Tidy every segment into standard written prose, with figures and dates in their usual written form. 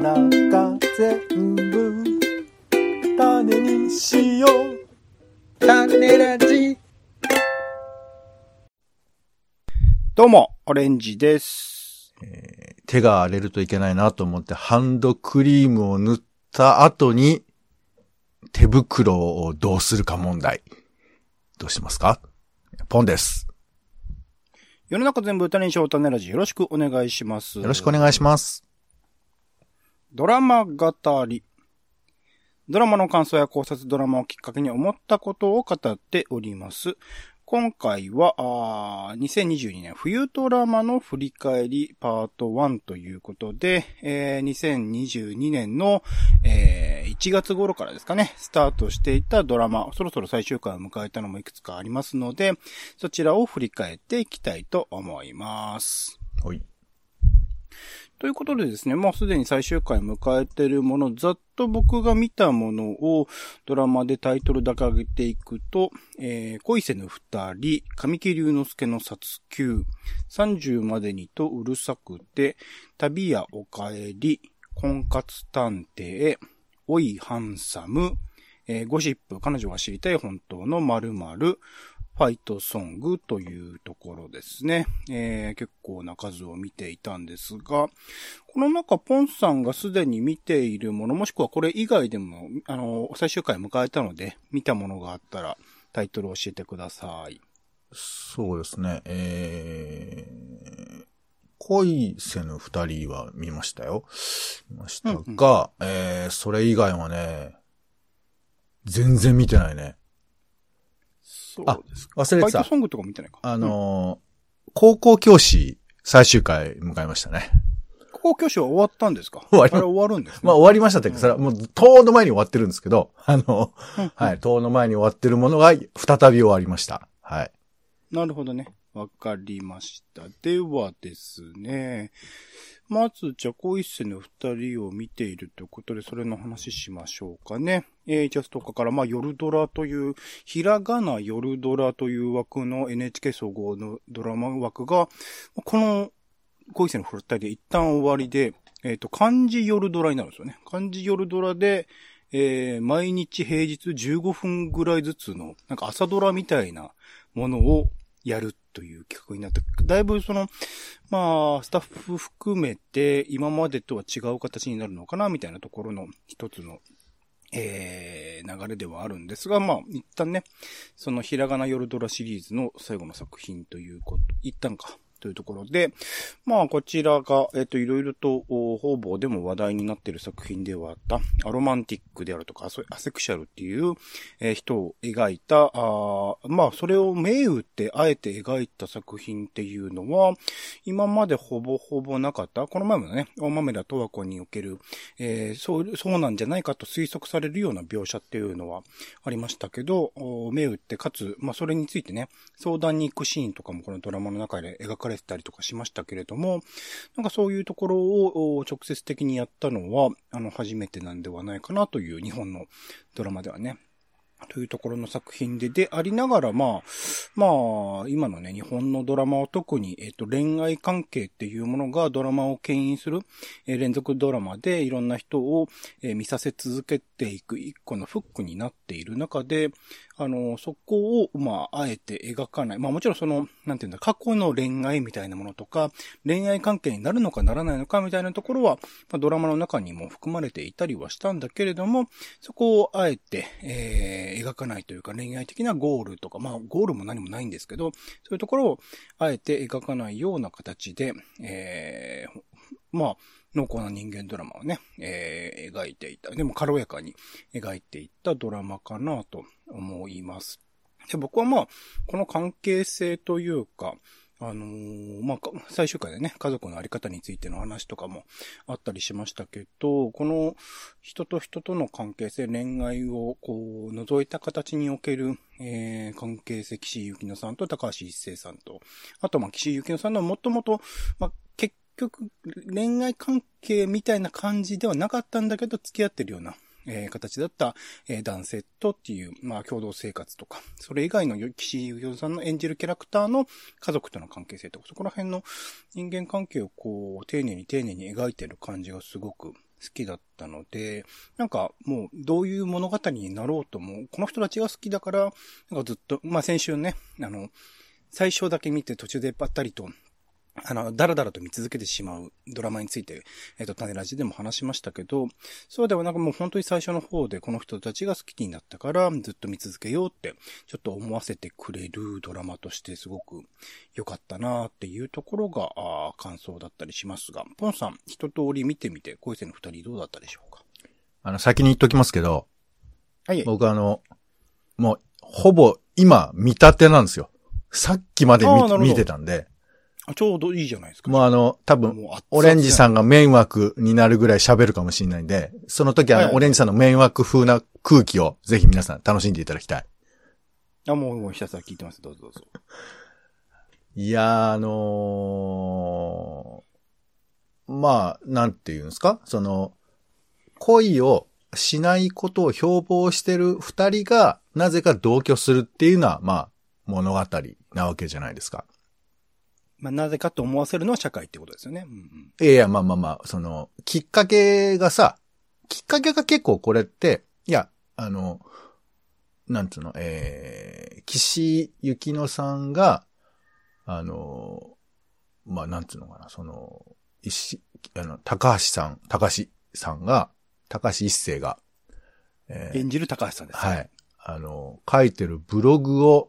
中全部種にしよう。種ラジ。どうもオレンジです。 手が荒れるといけないなと思ってハンドクリームを塗った後に手袋をどうするか問題。どうしますか？ポンです。 世の中全部種にしよう。種ラジよろしくお願いします。 よろしくお願いします。 ドラマ語り。ドラマの感想や考察、ドラマをきっかけに思ったことを語っております。今回は2022年冬ドラマの振り返りパート1ということで、2022年の、1月頃からですかね、スタートしていたドラマ、そろそろ最終回を迎えたのもいくつかありますので、そちらを振り返っていきたいと思います。 はい。 ということでですね、もうすでに最終回迎えているもの、ざっと僕が見たものをドラマでタイトルだけ上げていくと、恋せぬ二人、神木隆之介の殺球、30までにとうるさくて、旅やおかえり、婚活探偵、おいハンサム、ゴシップ、彼女が知りたい本当の〇〇、ファイトソングというところですね。結構な数を見ていたんですが、この中ポンさんがすでに見ているもの、もしくはこれ以外でも、最終回迎えたので、見たものがあったらタイトルを教えてください。 そうですね。恋せぬ二人は見ましたよ。見ましたが、それ以外はね、全然見てないね。 そうですか。 忘れてた。 ファイトソングとか見てないか。 高校教師最終回迎えましたね。 高校教師は終わったんですか？ 終わりあれ終わるんですね。 まあ終わりましたって、それはもう、遠の前に終わってるんですけど、はい、遠の前に終わってるものが再び終わりました。はい。 なるほどね。わかりました。ではですね。まず、じゃあ、恋せぬ二人を見ているということで、それの話しましょうかね。1月10日から、夜ドラという、ひらがな夜ドラという枠の NHK 総合のドラマ枠が、この恋せぬ二人で一旦終わりで、漢字夜ドラになるんですよね。漢字夜ドラで、毎日平日15分ぐらいずつの、なんか朝ドラみたいなものをやるという企画になって、だいぶスタッフ含めて今までとは違う形になるのかなみたいなところの一つの、流れではあるんですが、一旦ね、そのひらがな夜ドラシリーズの最後の作品ということ、一旦か。というところで、こちらが、いろいろと、方々でも話題になっている作品ではあった、アロマンティックであるとか、アセクシャルっていう、人を描いた、それを銘打ってあえて描いた作品っていうのは、今までほぼほぼなかった。この前もね、大豆田十和子における、そうなんじゃないかと推測されるような描写っていうのはありましたけど、銘打ってかつ、それについてね、相談に行くシーンとかもこのドラマの中で描かれてたりとかしましたけれども、なんかそういうところを直接的にやったのは、初めてなんではないかなという日本のドラマではね、というところの作品でありながら、今のね、日本のドラマは特に、恋愛関係っていうものがドラマを牽引する、連続ドラマでいろんな人を、見させ続けていく一個のフックになっている中で、そこを、あえて描かない。もちろん過去の恋愛みたいなものとか、恋愛関係になるのかならないのかみたいなところは、ドラマの中にも含まれていたりはしたんだけれども、そこをあえて、描かないというか恋愛的なゴールとか、ゴールも何もないんですけど、そういうところをあえて描かないような形で、濃厚な人間ドラマをね、描いていた。でも軽やかに描いていったドラマかなと思います。で、僕はこの関係性というか、最終回でね、家族のあり方についての話とかもあったりしましたけど、この人と人との関係性、恋愛を除いた形における、関係性、岸井ゆきのさんと高橋一生さんと、あと岸井ゆきのさんのもともと、結局恋愛関係みたいな感じではなかったんだけど、付き合ってるような、形だった、男性とっていう、共同生活とか、それ以外の岸井ゆきのさんの演じるキャラクターの家族との関係性とか、そこら辺の人間関係を丁寧に描いてる感じがすごく好きだったので、なんかもうどういう物語になろうとも、この人たちが好きだから、なんかずっと、まあ先週ね、最初だけ見て途中でばったりと、だらだらと見続けてしまうドラマについて、種ラジでも話しましたけど、そうではなんかもう本当に最初の方でこの人たちが好きになったから、ずっと見続けようって、ちょっと思わせてくれるドラマとしてすごく良かったなっていうところが、感想だったりしますが、ポンさん、一通り見てみて、恋生の二人どうだったでしょうか？ 先に言っときますけど、 はい。 僕もう、ほぼ今見立てなんですよ。さっきまで見てたんで。 ちょうどいいじゃないですか。 もう多分、オレンジさんが迷惑になるぐらい喋るかもしれないんで、その時オレンジさんの迷惑風な空気をぜひ皆さん楽しんでいただきたい。 もうひたすら聞いてます。どうぞどうぞ。 いやまあ、なんていうんですか？恋をしないことを標榜してる二人が、なぜか同居するっていうのは、まあ、物語なわけじゃないですか。 まあ、なぜかと思わせるのは社会ってことですよね。うんうん、いや、まあ、きっかけが結構これって、いや、なんつうの、岸由紀乃さんが、まあ、なんつうのかな、高橋一生が、 演じる高橋さんです、 ね。はい。書いてるブログを、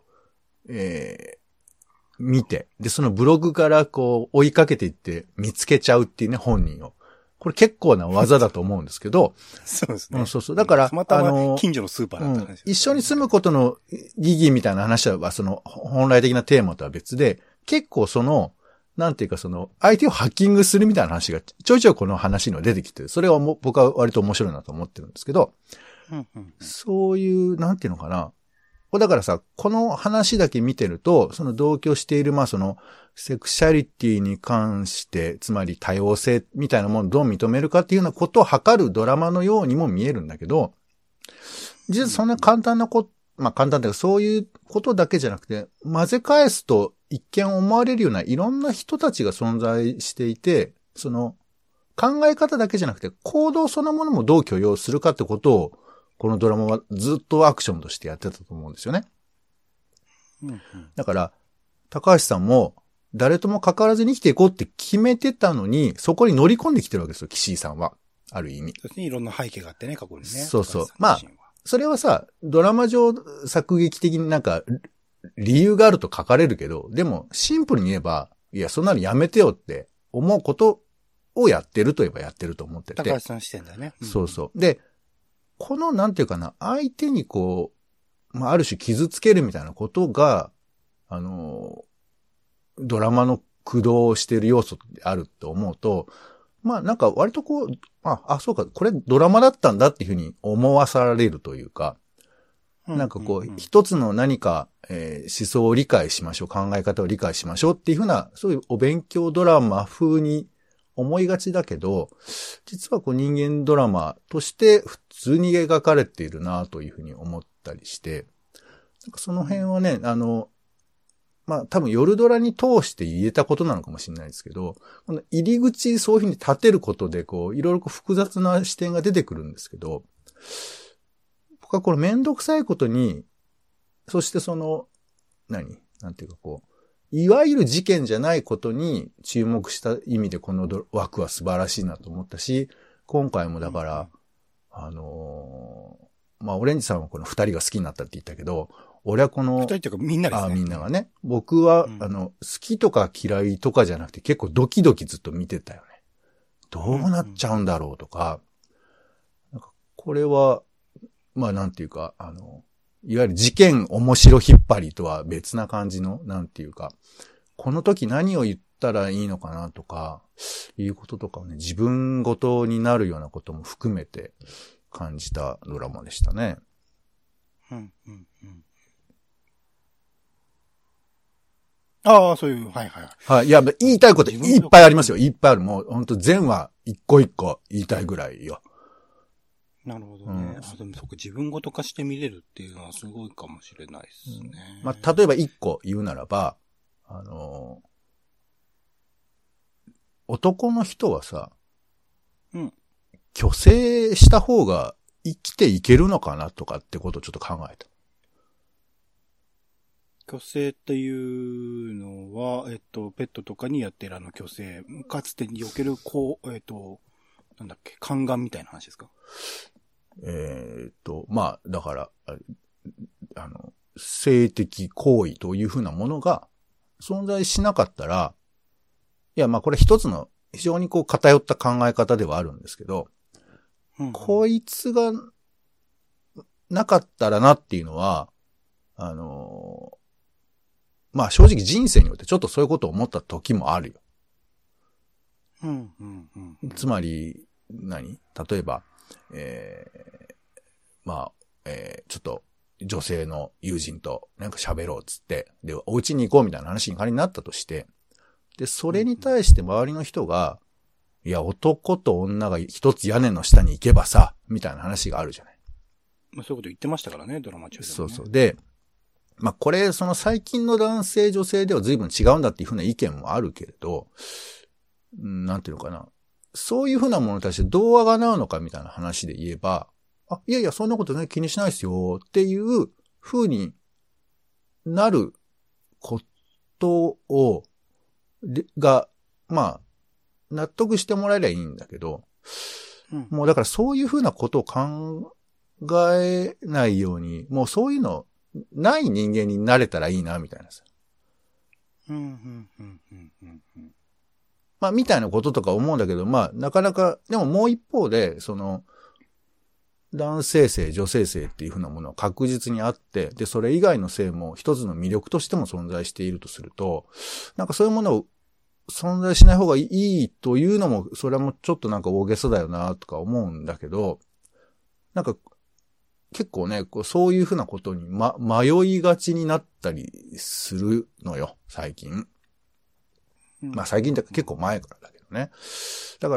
見て、で、そのブログからこう追いかけていって見つけちゃうっていうね、本人を。これ結構な技だと思うんですけど。 そうですね。 そう。だから、 また近所のスーパーだった話、ね一緒に住むことの意義みたいな話は、本来的なテーマとは別で、結構なんていうか相手をハッキングするみたいな話がちょいちょいこの話には出てきてる。それは僕は割と面白いなと思ってるんですけど、そういう、なんていうのかな。だからさ、この話だけ見てると、同居している、セクシャリティに関して、つまり多様性みたいなものをどう認めるかっていうようなことを図るドラマのようにも見えるんだけど、実はそんな簡単な簡単だけど、そういうことだけじゃなくて、混ぜ返すと一見思われるようないろんな人たちが存在していて、考え方だけじゃなくて、行動そのものもどう許容するかってことを、このドラマはずっとアクションとしてやってたと思うんですよね。だから、高橋さんも誰とも関わらずに生きていこうって決めてたのに、そこに乗り込んできてるわけですよ、岸井さんは。ある意味。 そうですね、いろんな背景があってね、過去にね。 そう。まあ、それはさ、ドラマ上作劇的になんか、理由があると書かれるけど、でもシンプルに言えば、いや、そんなのやめてよって思うことをやってるといえばやってると思ってて。 高橋さん視点だね。 そう。で、なんていうかな、相手にある種傷つけるみたいなことが、ドラマの駆動している要素であるって思うと、なんか割とそうか、これドラマだったんだっていうふうに思わされるというか、なんか一つの何か、思想を理解しましょう、考え方を理解しましょうっていうふうな、そういうお勉強ドラマ風に思いがちだけど、実は人間ドラマとして普通に描かれているなというふうに思ったりして、なんかその辺はね、多分夜ドラに通して言えたことなのかもしれないですけど、この入り口そういうふうに立てることでいろいろ複雑な視点が出てくるんですけど、僕はこれめんどくさいことに、そしてなんていうかいわゆる事件じゃないことに注目した意味でこの枠は素晴らしいなと思ったし、今回もだから、オレンジさんはこの二人が好きになったって言ったけど、俺は二人っていうかみんなですね。 みんながね。僕は、好きとか嫌いとかじゃなくて結構ドキドキずっと見てたよね。どうなっちゃうんだろうとか、なんかこれは、なんていうか、いわゆる事件面白引っ張りとは別な感じの、なんていうか、この時何を言ったらいいのかなとか、いうこととかをね、自分ごとになるようなことも含めて感じたドラマでしたね。 ああ、そういう、はい。 はい。いや、言いたいこといっぱいありますよ。いっぱいある。もう、ほんと全話一個一個言いたいぐらいよ。 なるほどね。でもそこ自分ごと化して見れるっていうのはすごいかもしれないですね。 例えば一個言うならば、男の人はさ、 虚勢した方が生きていけるのかなとかってことをちょっと考えた。 虚勢っていうのは、ペットとかにやってる虚勢。かつてにおける、なんだっけ、宦官みたいな話ですか？ まあ、だから、性的行為というふうなものが存在しなかったら、いや、まあこれ一つの非常にこう偏った考え方ではあるんですけど、こいつがなかったらなっていうのは、まあ正直人生によってちょっとそういうことを思った時もあるよ。つまり、例えば、まあ、ちょっと女性の友人となんか喋ろうっつって、で、お家に行こうみたいな話に仮になったとして、で、それに対して周りの人が、いや、男と女が一つ屋根の下に行けばさ、みたいな話があるじゃない。 まあそういうこと言ってましたからね、ドラマ中でもね。 そうそう。で、まあこれ、その最近の男性女性では随分違うんだっていうふうな意見もあるけれど、なんていうのかな。そういうふうなものに対してどうあがなうのかみたいな話で言えば、いやいや、そんなことね、気にしないですよっていうふうになることを、まあ、納得してもらえればいいんだけど、もうだからそういうふうなことを考えないように、もうそういうのない人間になれたらいいな、みたいなさ。まあ、みたいなこととか思うんだけど、まあ、なかなか、でももう一方で、男性性、女性性っていうふうなものは確実にあって、で、それ以外の性も一つの魅力としても存在しているとすると、なんかそういうものを存在しない方がいいというのも、それもちょっとなんか大げさだよな、とか思うんだけど、なんか、結構ね、そういうふうなことに、迷いがちになったりするのよ、最近。まあ最近って結構前からだけどね。だから、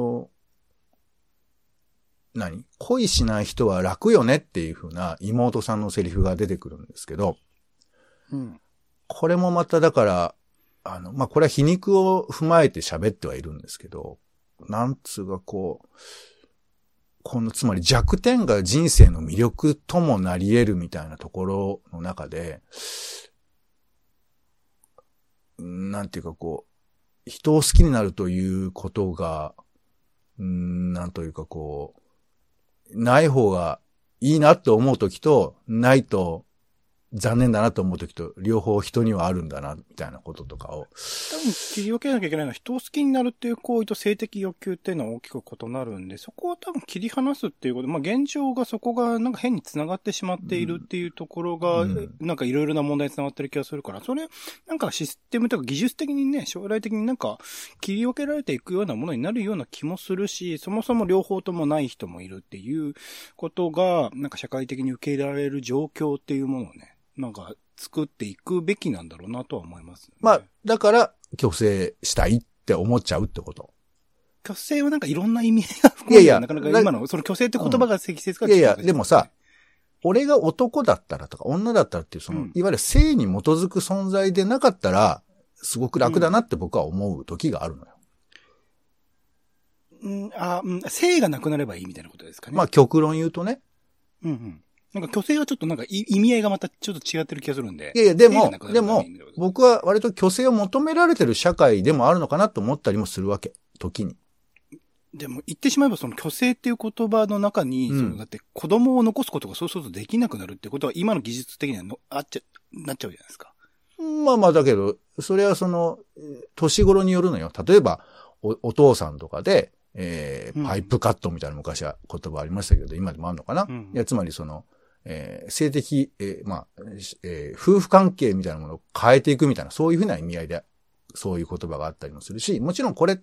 恋しない人は楽よねっていうふうな妹さんのセリフが出てくるんですけど、これもまただから、まあこれは皮肉を踏まえて喋ってはいるんですけど、なんつうかつまり弱点が人生の魅力ともなり得るみたいなところの中で、なんていうか人を好きになるということが、なんというかない方がいいなって思うときと、ないと残念だなと思うときと、両方人にはあるんだな、みたいなこととかを。 多分切り分けなきゃいけないのは、人を好きになるっていう行為と性的欲求っていうのは大きく異なるんで、そこは多分切り離すっていうこと、まあ現状がそこがなんか変に繋がってしまっているっていうところが、なんかいろいろな問題に繋がってる気がするから、それ、なんかシステムとか技術的にね、将来的になんか切り分けられていくようなものになるような気もするし、そもそも両方ともない人もいるっていうことが、なんか社会的に受け入れられる状況っていうものをね、なんか作っていくべきなんだろうなとは思います、ね。 まあ、だから、虚勢したいって思っちゃうってこと。 虚勢はなんかいろんな意味が含んで、なかなか今の、その虚勢って言葉が適切か、 いや、でもさ、俺が男だったらとか女だったらっていういわゆる性に基づく存在でなかったら、すごく楽だなって僕は思う時があるのよ。 性がなくなればいいみたいなことですかね。 まあ極論言うとね。 なんか虚勢はちょっとなんか意味合いがまたちょっと違ってる気がするんで。 いや、でも、僕は割と虚勢を求められてる社会でもあるのかなと思ったりもするわけ。時に。 でも言ってしまえばその虚勢っていう言葉の中に、だって子供を残すことがそうするとできなくなるってことは今の技術的にはなっちゃうじゃないですか。 まあまあだけど、それは年頃によるのよ。例えば、お父さんとかで、パイプカットみたいな昔は言葉ありましたけど、今でもあるのかな、いや、つまり性的、夫婦関係みたいなものを変えていくみたいな、そういうふうな意味合いで、そういう言葉があったりもするし、もちろんこれって、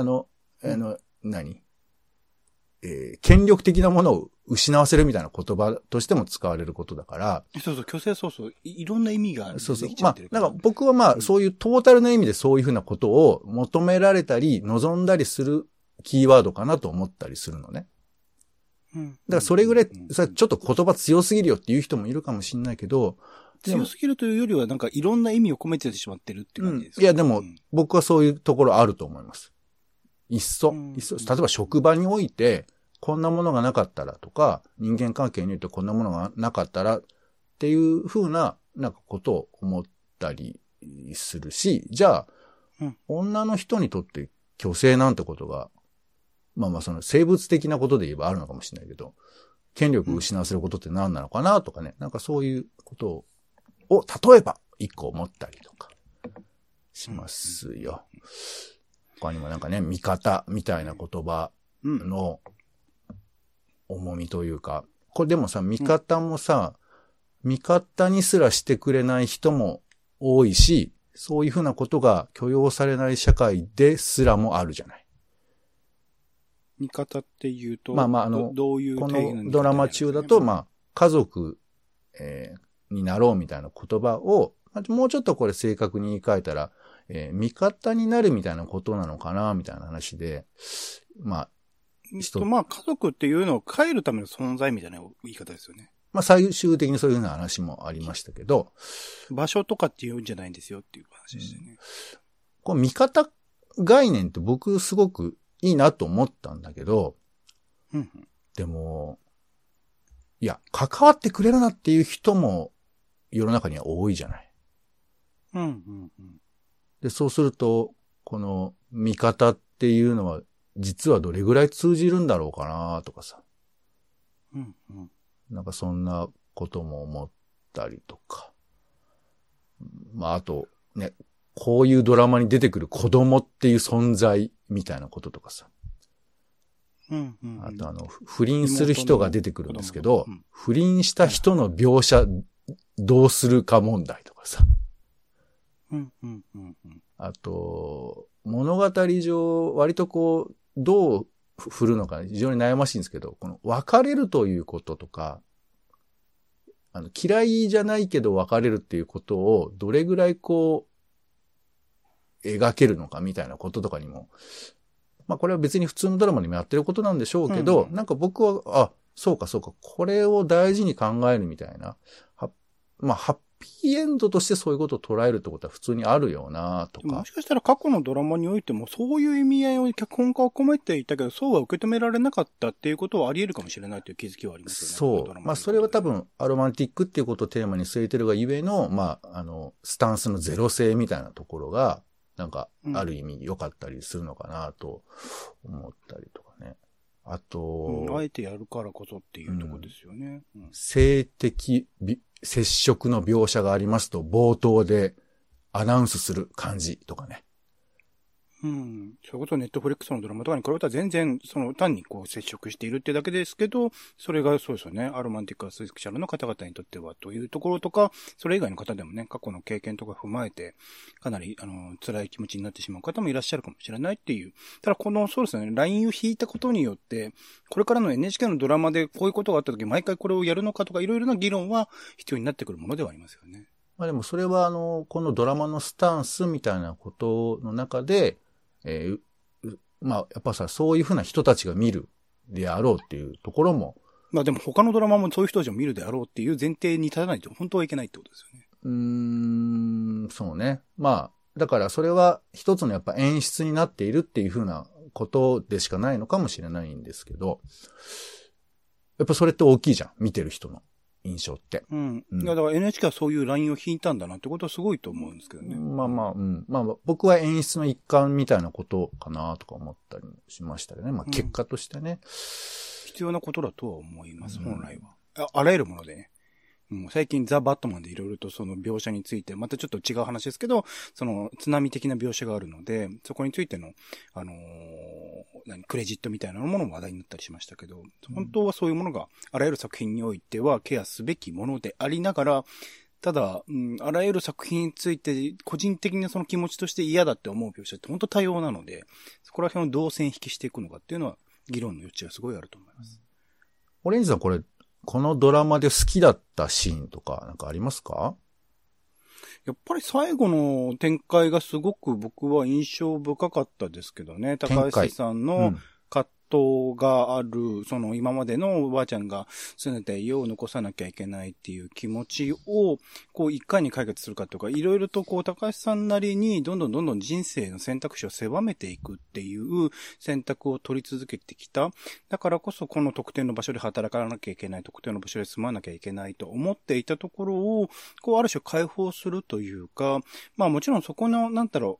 権力的なものを失わせるみたいな言葉としても使われることだから。 そうそう、虚勢そうそう、いろんな意味が出てきちゃってる。 まあ、なんか僕はまあ、そういうトータルな意味でそういうふうなことを求められたり、望んだりするキーワードかなと思ったりするのね。だからそれぐらい、ちょっと言葉強すぎるよっていう人もいるかもしれないけど、 強すぎるというよりはなんかいろんな意味を込めてしまってるって感じですか。 いやでも、僕はそういうところあると思います。 いっそ、例えば職場において、こんなものがなかったらとか、人間関係においてこんなものがなかったらっていう風な、なんかことを思ったりするし、じゃあ、女の人にとって虚勢なんてことが、まあまあその生物的なことで言えばあるのかもしれないけど、権力を失わせることって何なのかなとかね、なんかそういうことを、例えば一個思ったりとかしますよ。他にもなんかね、味方みたいな言葉の重みというか、これでもさ、味方もさ、味方にすらしてくれない人も多いし、そういうふうなことが許容されない社会ですらもあるじゃない。 味方っていうと、 まあまあどういうこのドラマ中だと、まあ、家族、になろうみたいな言葉を、もうちょっとこれ正確に言い換えたら、味方になるみたいなことなのかな、みたいな話で、まあ、 まあ、家族っていうのを変えるための存在みたいな言い方ですよね。 まあ、最終的にそういうふうな話もありましたけど、 場所とかっていうんじゃないんですよっていう話でしたね。 この味方概念って僕すごくいいなと思ったんだけど、でも、いや、関わってくれるなっていう人も世の中には多いじゃない。で、そうすると、この味方っていうのは実はどれぐらい通じるんだろうかなとかさ。なんかそんなことも思ったりとか。まあ、あと、ね、こういうドラマに出てくる子供っていう存在みたいなこととかさ。あと不倫する人が出てくるんですけど、不倫した人の描写どうするか問題とかさ。あと、物語上、割とこう、どう振るのか非常に悩ましいんですけど、この別れるということとか、嫌いじゃないけど別れるっていうことをどれぐらいこう、描けるのかみたいなこととかにも、まあこれは別に普通のドラマにもやってることなんでしょうけど、なんか僕は、そうか、これを大事に考えるみたいな、まあハッピーエンドとしてそういうことを捉えるってことは普通にあるよなとか。 もしかしたら過去のドラマにおいてもそういう意味合いを脚本家は込めていたけど、そうは受け止められなかったっていうことはあり得るかもしれないという気づきはありますよね。 そう。まあそれは多分アロマンティックっていうことをテーマに据えてるがゆえの、まあスタンスのゼロ性みたいなところが、なんかある意味良かったりするのかなと思ったりとかね。あと、 あえてやるからこそっていうところですよね。 性的接触の描写がありますと、冒頭でアナウンスする感じとかね。 そういうことネットフリックスのドラマとかに比べたら全然、単にこう接触しているってだけですけど、それがそうですよね。アロマンティックアスペクチャルの方々にとってはというところとか、それ以外の方でもね、過去の経験とか踏まえて、かなり、辛い気持ちになってしまう方もいらっしゃるかもしれないっていう。ただそうですね、ラインを引いたことによって、これからの NHK のドラマでこういうことがあった時、毎回これをやるのかとか、いろいろな議論は必要になってくるものではありますよね。 まあでもそれはこのドラマのスタンスみたいなことの中で、まあ、やっぱさ、そういうふうな人たちが見るであろうっていうところも。 まあでも他のドラマもそういう人たちを見るであろうっていう前提に立たないと本当はいけないってことですよね。そうね。まあ、だからそれは一つのやっぱ演出になっているっていうふうなことでしかないのかもしれないんですけど、やっぱそれって大きいじゃん。見てる人の印象って。 いや、だから NHK はそういうラインを引いたんだなってことはすごいと思うんですけどね。 まあまあ、まあ僕は演出の一環みたいなことかなとか思ったりもしましたけどね。まあ結果としてね。 必要なことだとは思います、本来は。あらゆるものでね。最近ザ・バットマンでいろいろとその描写について、またちょっと違う話ですけど、津波的な描写があるので、そこについての、クレジットみたいなものも話題になったりしましたけど、本当はそういうものがあらゆる作品においてはケアすべきものでありながら、ただ、あらゆる作品について個人的にその気持ちとして嫌だって思う描写って本当多様なので、そこら辺をどう線引きしていくのかっていうのは議論の余地がすごいあると思います。 オレンジさんこのドラマで好きだったシーンとかなんかありますか？ やっぱり最後の展開がすごく僕は印象深かったですけどね。高橋さんの葛トがある、今までのおばあちゃんが住んでた家を残さなきゃいけないっていう気持ちを、いかに解決するかとか、いろいろと高橋さんなりに、どんどん人生の選択肢を狭めていくっていう選択を取り続けてきた。だからこそ、この特定の場所で働かなきゃいけない、特定の場所で住まなきゃいけないと思っていたところを、ある種解放するというか、もちろんそこの、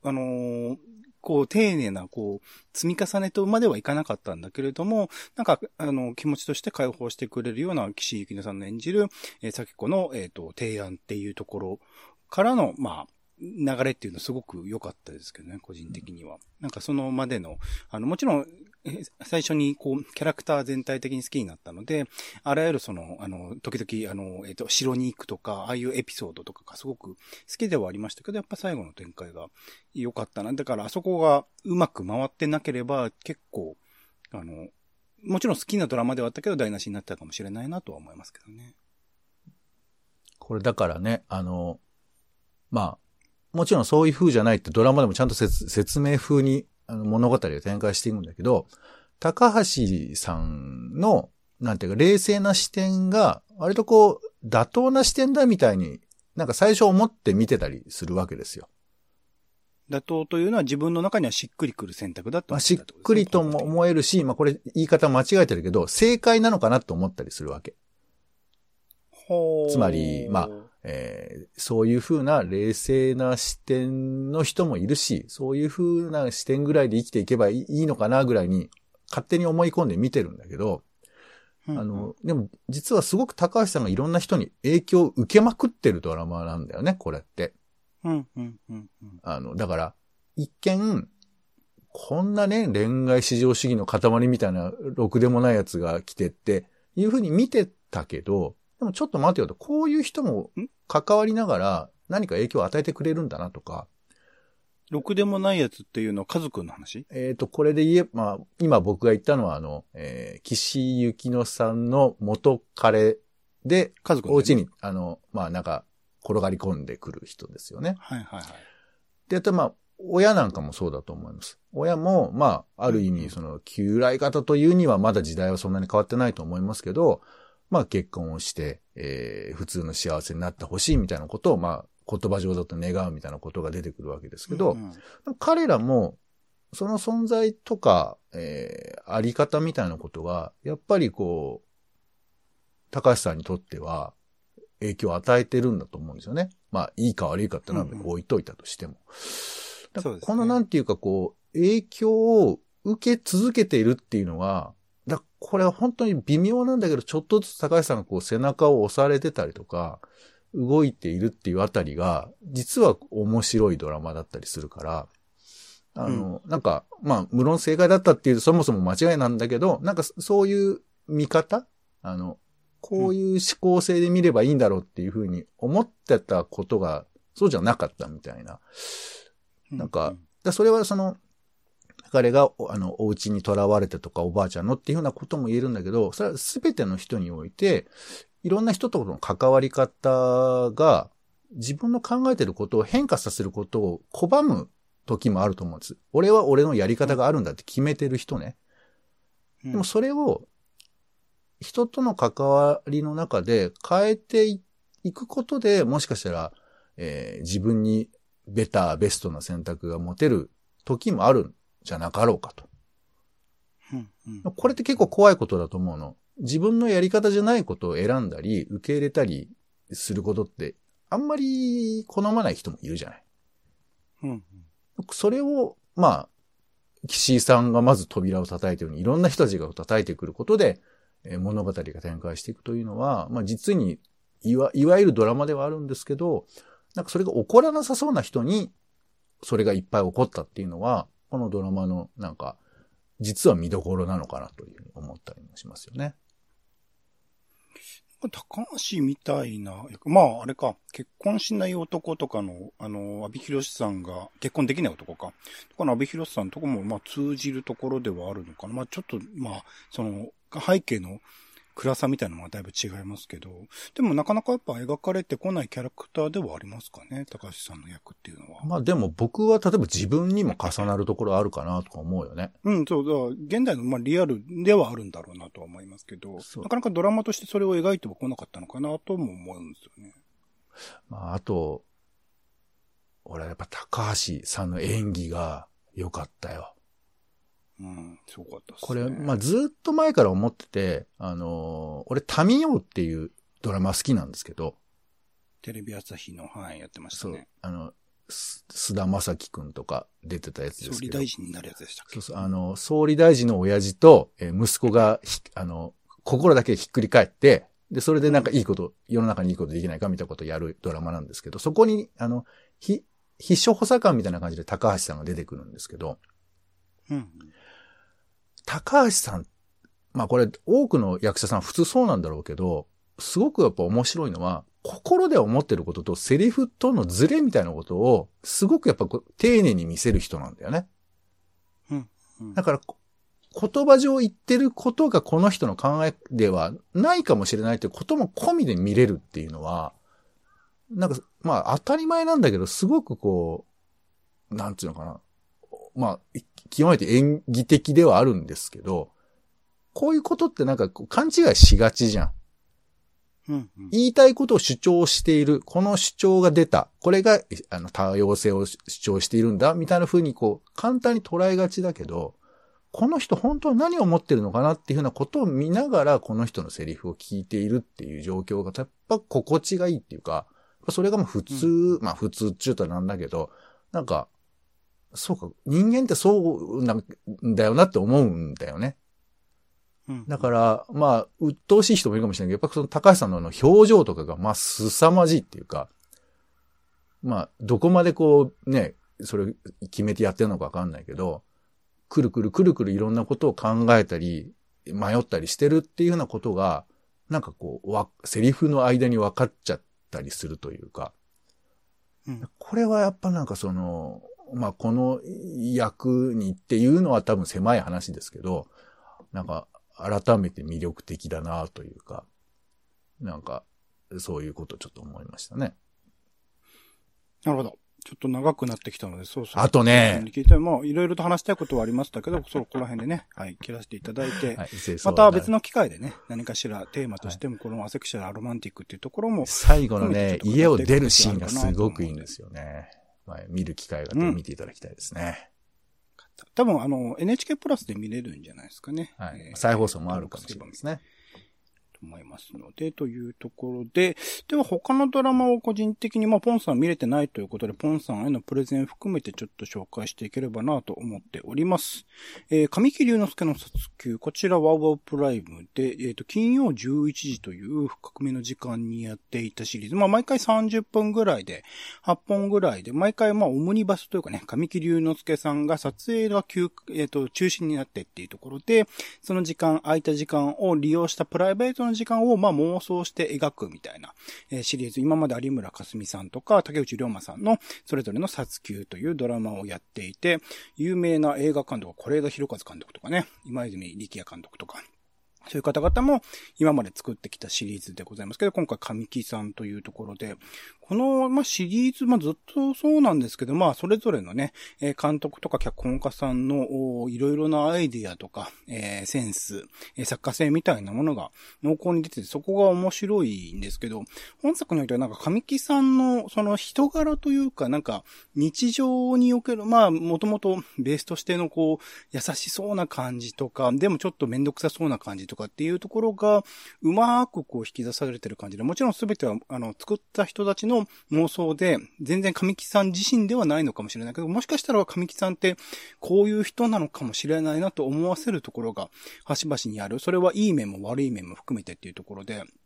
丁寧な、積み重ねとまではいかなかったんだけれども、気持ちとして解放してくれるような岸井ゆきのさんの演じる、咲子の、提案っていうところからの、流れっていうのはすごく良かったですけどね、個人的には。そのまでの、もちろん、最初にキャラクター全体的に好きになったので、あらゆる時々、城に行くとか、ああいうエピソードとかがすごく好きではありましたけど、やっぱ最後の展開が良かったな。だからあそこがうまく回ってなければ、結構、もちろん好きなドラマではあったけど、台無しになったかもしれないなとは思いますけどね。 これだからね、もちろんそういう風じゃないってドラマでもちゃんと説明風に物語を展開していくんだけど、高橋さんの、なんていうか、冷静な視点が、割と妥当な視点だみたいに、最初思って見てたりするわけですよ。 妥当というのは自分の中にはしっくりくる選択だと思ったしっくりとも思えるし、これ言い方間違えてるけど、正解なのかなと思ったりするわけ。つまり、そういう風な冷静な視点の人もいるし、そういう風な視点ぐらいで生きていけばいいのかなぐらいに勝手に思い込んで見てるんだけど、でも実はすごく高橋さんがいろんな人に影響を受けまくってるドラマなんだよね、これって。だから、一見、こんなね、恋愛至上主義の塊みたいな、ろくでもないやつが来てっていう風に見てたけど、でもちょっと待てよと、こういう人も関わりながら何か影響を与えてくれるんだなとか。 ろくでもないやつっていうのは家族の話？ これで言えば、今僕が言ったのは岸井ゆきのさんの元彼で、 家族の、 お家に、転がり込んでくる人ですよね。 はいはいはい。 で、あと親なんかもそうだと思います。親も、ある意味、旧来型というにはまだ時代はそんなに変わってないと思いますけど、結婚をして、普通の幸せになってほしいみたいなことを、言葉上だと願うみたいなことが出てくるわけですけど、彼らも、その存在とか、あり方みたいなことが、やっぱり高橋さんにとっては、影響を与えてるんだと思うんですよね。いいか悪いかってのは置いといたとしても。このなんていうか影響を受け続けているっていうのは、これは本当に微妙なんだけど、ちょっとずつ高橋さんが背中を押されてたりとか、動いているっていうあたりが、実は面白いドラマだったりするから、無論正解だったっていうそもそも間違いなんだけど、そういう見方こういう思考性で見ればいいんだろうっていうふうに思ってたことが、そうじゃなかったみたいな。それは彼が、お家に囚われてとかおばあちゃんのっていうふうなことも言えるんだけど、それは全ての人において、いろんな人との関わり方が、自分の考えてることを変化させることを拒む時もあると思うんです。俺は俺のやり方があるんだって決めてる人ね。でもそれを、人との関わりの中で変えていくことで、もしかしたら、自分にベストな選択が持てる時もあるんじゃなかろうかと。これって結構怖いことだと思うの。自分のやり方じゃないことを選んだり、受け入れたりすることって、あんまり好まない人もいるじゃない。それを、岸井さんがまず扉を叩いてるように、いろんな人たちが叩いてくることで、物語が展開していくというのは、実にいわゆるドラマではあるんですけど、それが起こらなさそうな人に、それがいっぱい起こったっていうのは、このドラマの実は見どころなのかなというふうに思ったりもしますよね。 高橋みたいな、あれか、結婚しない男とかの、阿部寛さんが、結婚できない男か。とかの阿部寛さんのとこも、通じるところではあるのかな。ちょっと、背景の、 暗さみたいなのはだいぶ違いますけど、でもなかなかやっぱ描かれてこないキャラクターではありますかね、高橋さんの役っていうのは。 まあでも僕は例えば自分にも重なるところあるかなとか思うよね。 うん、そうだ。現代のまあリアルではあるんだろうなとは思いますけど、なかなかドラマとしてそれを描いてはこなかったのかなとも思うんですよね。 まああと、俺はやっぱ高橋さんの演技が良かったよ。 うん、すごかったですね。 これ、まあずっと前から思ってて、俺、タミヨウっていうドラマ好きなんですけど。 テレビ朝日の、はい、やってましたね。 そう、菅田将暉くんとか出てたやつですけど。 総理大臣になるやつでしたっけ？ そうそう、総理大臣の親父と、息子が、心だけひっくり返って、で、それでなんかいいこと、世の中にいいことできないかみたいなことをやるドラマなんですけど、そこに、必勝補佐官みたいな感じで高橋さんが出てくるんですけど、 うん。 高橋さん、まあこれ多くの役者さん普通そうなんだろうけど、すごくやっぱ面白いのは、心で思ってることとセリフとのズレみたいなことを、すごくやっぱ丁寧に見せる人なんだよね。 うんうん、 だから、言葉上言ってることがこの人の考えではないかもしれないということも込みで見れるっていうのは、なんか、まあ当たり前なんだけど、すごくこう、なんていうのかな。まあ、極めて演技的ではあるんですけど、こういうことってなんか勘違いしがちじゃん。 うんうん、 言いたいことを主張している。この主張が出た。これが、多様性を主張しているんだ。みたいな風にこう、簡単に捉えがちだけど、この人本当は何を思ってるのかなっていうふうなことを見ながら、この人のセリフを聞いているっていう状況が、やっぱ心地がいいっていうか、それがもう普通、まあ普通っちゅうとはなんだけど、なんか、そうか、人間ってそうなんだよなって思うんだよね。だから、まあ、鬱陶しい人もいるかもしれないけど、やっぱその高橋さんの表情とかが、まあ、凄まじいっていうか、まあ、どこまでこう、ね、それ決めてやってるのかわかんないけど、くるくるいろんなことを考えたり、迷ったりしてるっていうようなことが、なんかこう、セリフの間に分かっちゃったりするというか、これはやっぱなんかその、まあ、この役にっていうのは多分狭い話ですけど、なんか、改めて魅力的だなというか、なんか、そういうことをちょっと思いましたね。 なるほど。ちょっと長くなってきたので、そうそう。 あとね。 まあ、いろいろと話したいことはありましたけど、そこら辺でね、はい、切らせていただいて、はい、また別の機会でね、何かしらテーマとしても、このアセクシャルアロマンティックっていうところも、 最後のね、家を出るシーンがすごくいいんですよね。まあ、見る機会があって見ていただきたいですね。 多分NHK プラスで見れるんじゃないですかね。 はい。再放送もあるかもしれないですね。 と思いますので、というところで、では他のドラマを個人的に、まあ、ポンさん見れてないということで、ポンさんへのプレゼン含めてちょっと紹介していければなと思っております。神木隆之介の殺球、こちらワウワウプライムで、金曜11時という深めの時間にやっていたシリーズ、まあ、毎回30分ぐらいで、8本ぐらいで、毎回まあ、オムニバスというかね、神木隆之介さんが撮影が中心になってっていうところで、その時間、空いた時間を利用したプライベートの時間をまあ妄想して描くみたいな、シリーズ、今まで有村架純さんとか竹内涼真さんのそれぞれの殺球というドラマをやっていて、有名な映画監督、是枝裕和監督とかね、今泉力也監督とか、そういう方々も今まで作ってきたシリーズでございますけど、今回神木さんというところで、この、まあ、シリーズ、まあ、ずっとそうなんですけど、まあ、それぞれのね、監督とか脚本家さんのいろいろなアイディアとか、センス、作家性みたいなものが濃厚に出てて、そこが面白いんですけど、本作においてはなんか神木さんのその人柄というか、なんか日常における、まあ、もともとベースとしてのこう、優しそうな感じとか、でもちょっとめんどくさそうな感じとかっていうところが、うまくこう引き出されてる感じで、もちろんすべては、作った人たちの妄想で、全然神木さん自身ではないのかもしれないけど、もしかしたら神木さんってこういう人なのかもしれないなと思わせるところが端々にある。それはいい面も悪い面も含めてっていうところで、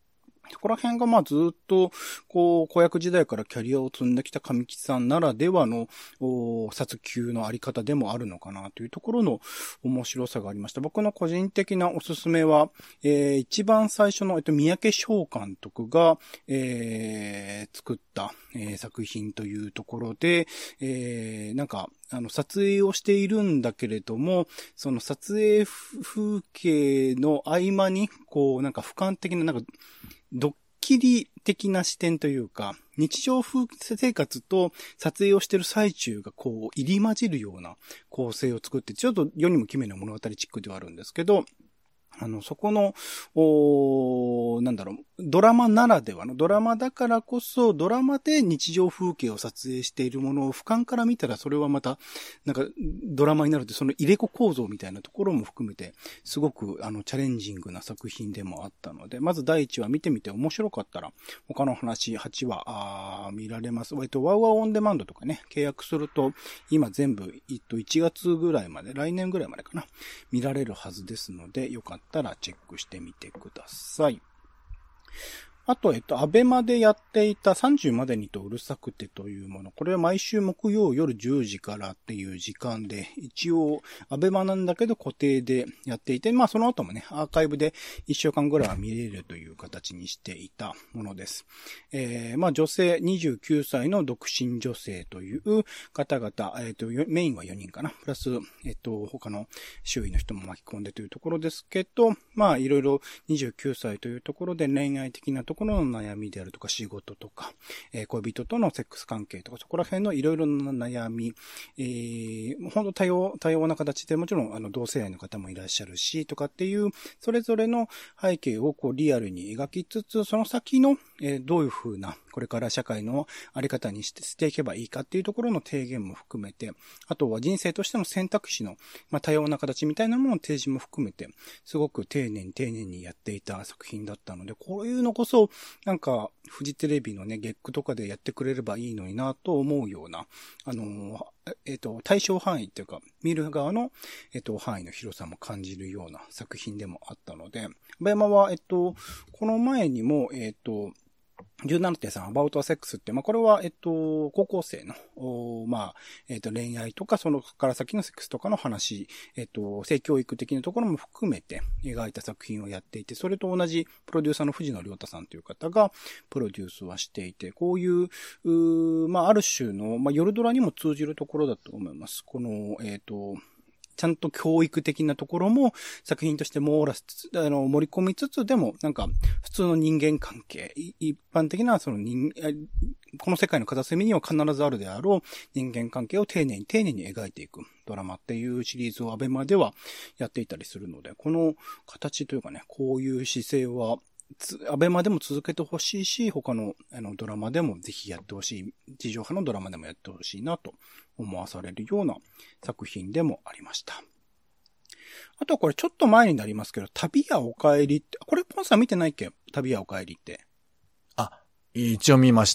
そこら辺がまあずっと、こう、子役時代からキャリアを積んできた神木さんならではの、撮休のあり方でもあるのかなというところの面白さがありました。僕の個人的なおすすめは、一番最初の、三宅翔監督が、作った、作品というところで、なんか、撮影をしているんだけれども、その撮影風景の合間に、こう、なんか俯瞰的な、なんか、ドッキリ的な視点というか、日常生活と撮影をしている最中がこう入り混じるような構成を作って、ちょっと世にも奇妙な物語チックではあるんですけど、そこの、なんだろう、ドラマならではの、ドラマだからこそ、ドラマで日常風景を撮影しているものを俯瞰から見たら、それはまた、なんか、ドラマになるって、その入れ子構造みたいなところも含めて、すごく、チャレンジングな作品でもあったので、まず第1話見てみて面白かったら、他の話、8話、見られます。ワウワウオンデマンドとかね、契約すると、今全部、1月ぐらいまで、来年ぐらいまでかな、見られるはずですので、よかったらチェックしてみてください。あと、アベマでやっていた30までにとうるさくてというもの。これは毎週木曜夜10時からっていう時間で、一応、アベマなんだけど固定でやっていて、まあその後もね、アーカイブで1週間ぐらいは見れるという形にしていたものです。まあ女性29歳の独身女性という方々、メインは4人かな。プラス、他の周囲の人も巻き込んでというところですけど、まあいろいろ29歳というところで恋愛的なところの悩みであるとか仕事とか、恋人とのセックス関係とか、そこら辺のいろいろな悩み、本当多様な形でもちろん同性愛の方もいらっしゃるし、とかっていう、それぞれの背景をこうリアルに描きつつ、その先の、どういう風な、これから社会のあり方にしていけばいいかっていうところの提言も含めて、あとは人生としての選択肢の、まあ、多様な形みたいなものの提示も含めて、すごく丁寧にやっていた作品だったので、こういうのこそ、なんか、フジテレビのね、月9とかでやってくれればいいのになと思うような、対象範囲っていうか、見る側の、範囲の広さも感じるような作品でもあったので、バヤマは、この前にも、17.3 About a Sex って、まあ、これは、高校生の、まあ、恋愛とか、そのから先のセックスとかの話、性教育的なところも含めて描いた作品をやっていて、それと同じプロデューサーの藤野亮太さんという方がプロデュースはしていて、こういう、まあ、ある種の、まあ、夜ドラにも通じるところだと思います。この、ちゃんと教育的なところも作品として盛り込みつつ、でもなんか普通の人間関係、一般的なそのこの世界の片隅には必ずあるであろう人間関係を丁寧に描いていくドラマっていうシリーズをアベマではやっていたりするので、この形というかね、こういう姿勢はアベマでも続けてほしいし、他のドラマでもぜひやってほしい、地上波のドラマでもやってほしいなと思わされるような作品でもありました。あとはこれちょっと前になりますけど、旅やお帰りって、これポンさん見てないっけ？旅やお帰りって。 一応見ました。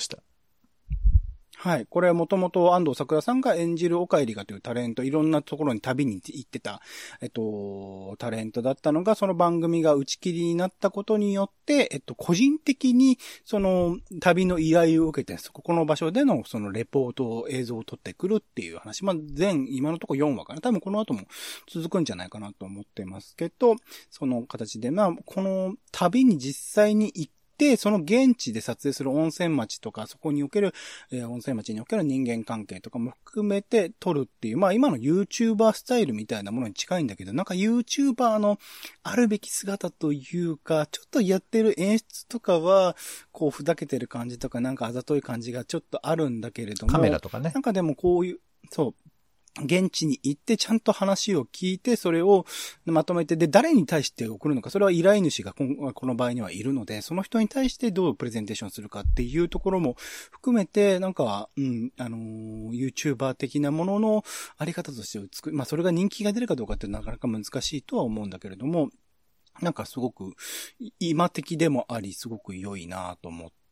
はい。これはもともと安藤サクラさんが演じるおかえりがというタレント、いろんなところに旅に行ってた、タレントだったのが、その番組が打ち切りになったことによって、個人的に、その、旅の依頼を受けて、ここの場所での、その、レポート、映像を撮ってくるっていう話。まあ、今のところ4話かな。多分この後も続くんじゃないかなと思ってますけど、その形で、まあ、この旅に実際に行って、で、その現地で撮影する温泉町とか、そこにおける、温泉町における人間関係とかも含めて撮るっていう、まあ今の YouTuber スタイルみたいなものに近いんだけど、なんか YouTuber のあるべき姿というか、ちょっとやってる演出とかは、こうふざけてる感じとか、なんかあざとい感じがちょっとあるんだけれども。 カメラとかね。 なんかでもこういう、そう。現地に行ってちゃんと話を聞いて、それをまとめて、で、誰に対して送るのか、それは依頼主がこの場合にはいるので、その人に対してどうプレゼンテーションするかっていうところも含めて、なんか、YouTuber 的なもののあり方としてまあ、それが人気が出るかどうかってなかなか難しいとは思うんだけれども、なんかすごく今的でもあり、すごく良いなと思って、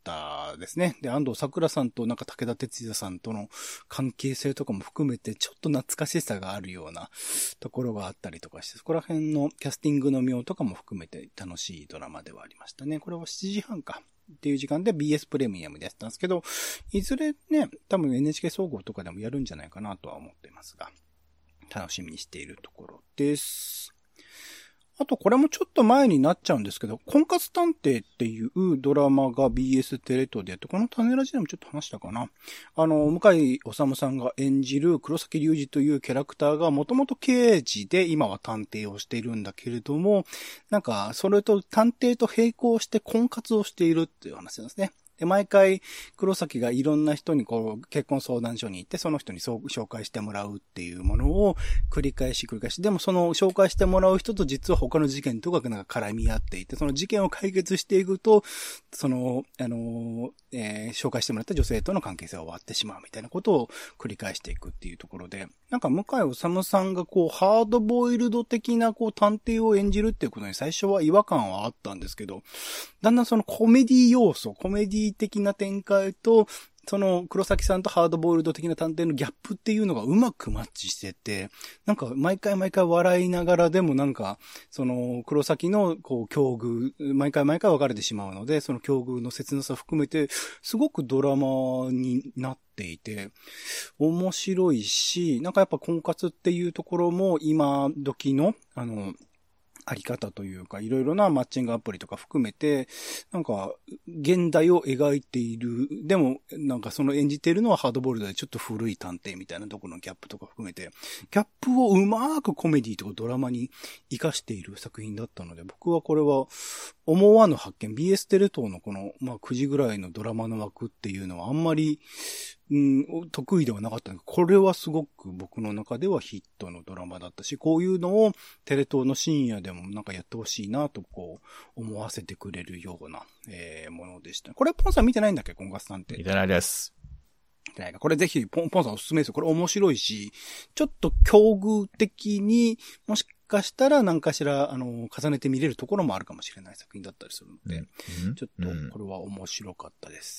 ったですね。で、安藤サクラさんとなんか武田鉄矢さんとの関係性とかも含めて、ちょっと懐かしさがあるようなところがあったりとかして、そこら辺のキャスティングの妙とかも含めて楽しいドラマではありましたね。これは7時半か。っていう時間で BS プレミアムでやってたんですけど、いずれね、多分 NHK 総合とかでもやるんじゃないかなとは思っていますが、楽しみにしているところです。あとこれもちょっと前になっちゃうんですけど、婚活探偵っていうドラマが BS テレ東でやって、この種ラジでもちょっと話したかな。向井理さんが演じる黒崎隆二というキャラクターがもともと刑事で今は探偵をしているんだけれども、なんかそれと探偵と並行して婚活をしているっていう話なんですね。で、毎回、黒崎がいろんな人に結婚相談所に行って、その人に紹介してもらうっていうものを繰り返し。でもその紹介してもらう人と実は他の事件とかなんか絡み合っていて、その事件を解決していくと、その、紹介してもらった女性との関係性が終わってしまうみたいなことを繰り返していくっていうところで、なんか向井理さんがハードボイルド的な探偵を演じるっていうことに最初は違和感はあったんですけど、だんだんそのコメディ要素、コメディ的な展開と、その黒崎さんとハードボイルド的な探偵のギャップっていうのがうまくマッチしてて、なんか毎回笑いながらでもなんか、その黒崎の境遇、毎回分かれてしまうので、その境遇の切なさ含めて、すごくドラマになっていて、面白いし、なんかやっぱ婚活っていうところも今時の、あり方というか、いろいろなマッチングアプリとか含めて、なんか、現代を描いている。でも、なんかその演じているのはハードボイルドでちょっと古い探偵みたいなところのギャップとか含めて、ギャップをうまーくコメディとかドラマに活かしている作品だったので、僕はこれは思わぬ発見。BS テレ東のこの、9時ぐらいのドラマの枠っていうのはあんまり、得意ではなかったんですけど、これはすごく僕の中ではヒットのドラマだったし、こういうのをテレ東の深夜でもなんかやってほしいなと思わせてくれるような、ものでした。これポンさん見てないんだっけ、婚活さんって。 見てないです。 これぜひポンさんおすすめですよ。これ面白いし、ちょっと境遇的にもしかしたら何かしら重ねて見れるところもあるかもしれない作品だったりするので、ちょっとこれは面白かったです。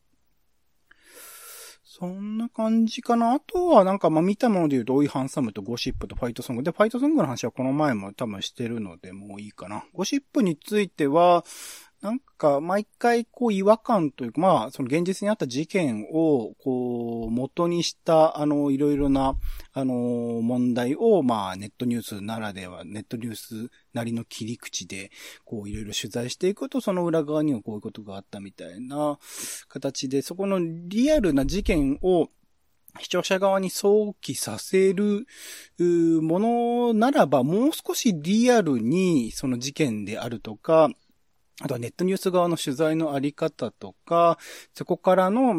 そんな感じかな。あとはなんか見たもので言うと、オイハンサムとゴシップとファイトソングで、ファイトソングの話はこの前も多分してるのでもういいかな。ゴシップについては、なんか毎回違和感というか、その現実にあった事件を元にしたいろいろな問題をネットニュースならでは、ネットニュースなりの切り口でいろいろ取材していくと、その裏側にはこういうことがあったみたいな形で、そこのリアルな事件を視聴者側に想起させるものならば、もう少しリアルにその事件であるとか、あとはネットニュース側の取材のあり方とか、そこからの、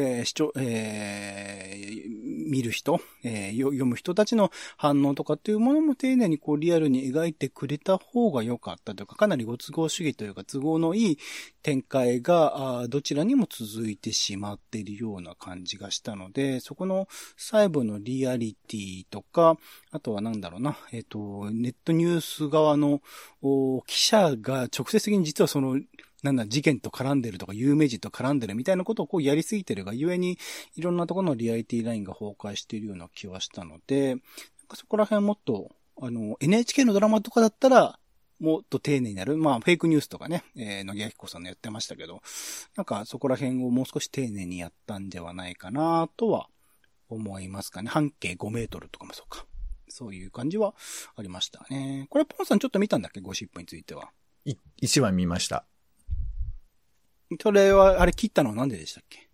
見る人、読む人たちの反応とかっていうものも丁寧にリアルに描いてくれた方が良かったというか、かなりご都合主義というか都合のいい展開がどちらにも続いてしまっているような感じがしたので、そこの細部のリアリティとか、あとはネットニュース側の記者が直接的に実はその事件と絡んでるとか有名人と絡んでるみたいなことをやりすぎてるがゆえにいろんなところのリアリティラインが崩壊しているような気はしたので、そこら辺もっとNHK のドラマとかだったらもっと丁寧になる。フェイクニュースとかね、野木明子さんのやってましたけど、なんかそこら辺をもう少し丁寧にやったんではないかなとは思いますかね。半径5メートルとかもそうか。そういう感じはありましたね。これポンさんちょっと見たんだっけ、ゴシップについては。 一話見ました。 それは、切ったのはなんででしたっけ？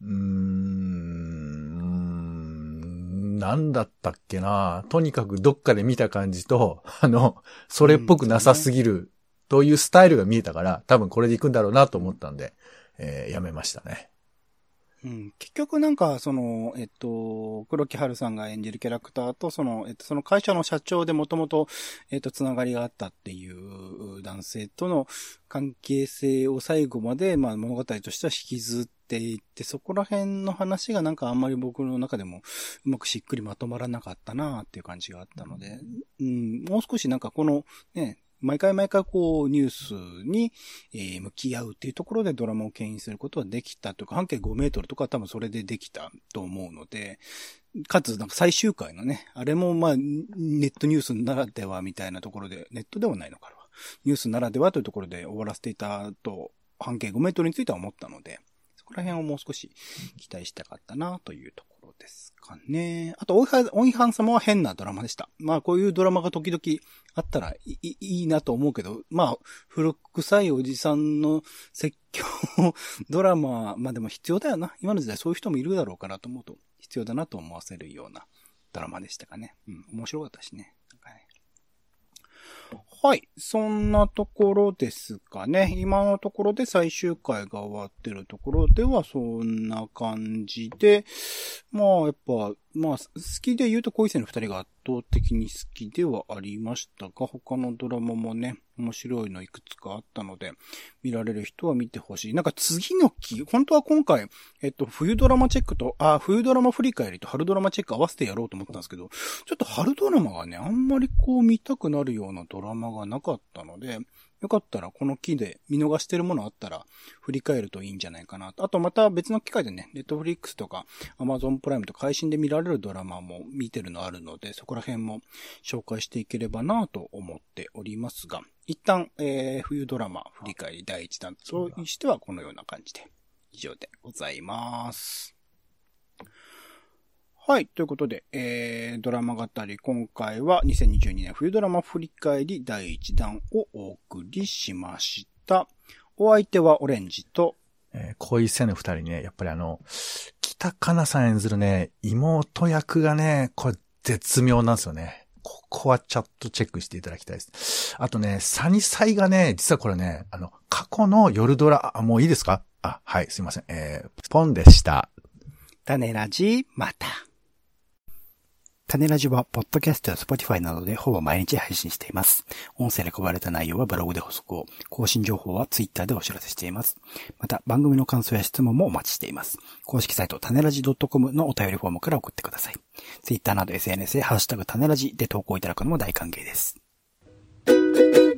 なんだったっけな。とにかくどっかで見た感じと、それっぽくなさすぎるというスタイルが見えたから、多分これで行くんだろうなと思ったんで、やめましたね。 結局なんか、黒木華さんが演じるキャラクターと、その会社の社長でもともと、つながりがあったっていう男性との関係性を最後まで、物語としては引きずっていって、そこら辺の話がなんかあんまり僕の中でもうまくしっくりまとまらなかったなっていう感じがあったので、もう少しなんかこのね、 毎回こうニュースに、向き合うっていうところでドラマを牽引することはできたというか、半径5メートルとか多分それでできたと思うので、かつなんか最終回のね、あれもまあネットニュースならではみたいなところで、ネットではないのかな。ニュースならではというところで終わらせていたと、半径5メートルについては思ったので、そこら辺をもう少し期待したかったなというところですかね。あと、おいはん様は変なドラマでした。まあ、こういうドラマが時々あったらいいなと思うけど、まあ、古臭いおじさんの説教ドラマ、まあでも必要だよな。今の時代そういう人もいるだろうかなと思うと、必要だなと思わせるようなドラマでしたかね。面白かったしね。はい。そんなところですかね。今のところで最終回が終わってるところではそんな感じで、まあやっぱ、まあ好きで言うと恋生の二人が圧倒的に好きではありましたが、他のドラマもね、面白いのいくつかあったので、見られる人は見てほしい。なんか次の期、本当は今回、冬ドラマチェックと、冬ドラマ振り返りと春ドラマチェック合わせてやろうと思ったんですけど、ちょっと春ドラマがね、あんまりこう見たくなるようなドラマがなかったので、よかったらこの期で見逃してるものあったら振り返るといいんじゃないかなと。あとまた別の機会でね、Netflix とか Amazon プライムとか配信で見られるドラマも見てるのあるので、そこら辺も紹介していければなと思っておりますが、一旦、冬ドラマ振り返り第1弾としてはこのような感じで以上でございます。はい。ということで、ドラマ語り、今回は2022年冬ドラマ振り返り第1弾をお送りしました。お相手はオレンジと、 恋せぬ二人ね、やっぱり北かなさん演ずるね、妹役がね、これ絶妙なんですよね。ここはちょっとチェックしていただきたいです。あとね、サニサイがね、実はこれね、過去の夜ドラ、もういいですか？はい、すいません。ポンでした。 種ラジ、また。種ラジは、ポッドキャストや Spotify などでほぼ毎日配信しています。音声で配られた内容はブログで補足を、更新情報は Twitter でお知らせしています。また、番組の感想や質問もお待ちしています。公式サイト、種ラジ .com のお便りフォームから送ってください。Twitter など SNS でハッシュタグ種ラジで投稿いただくのも大歓迎です。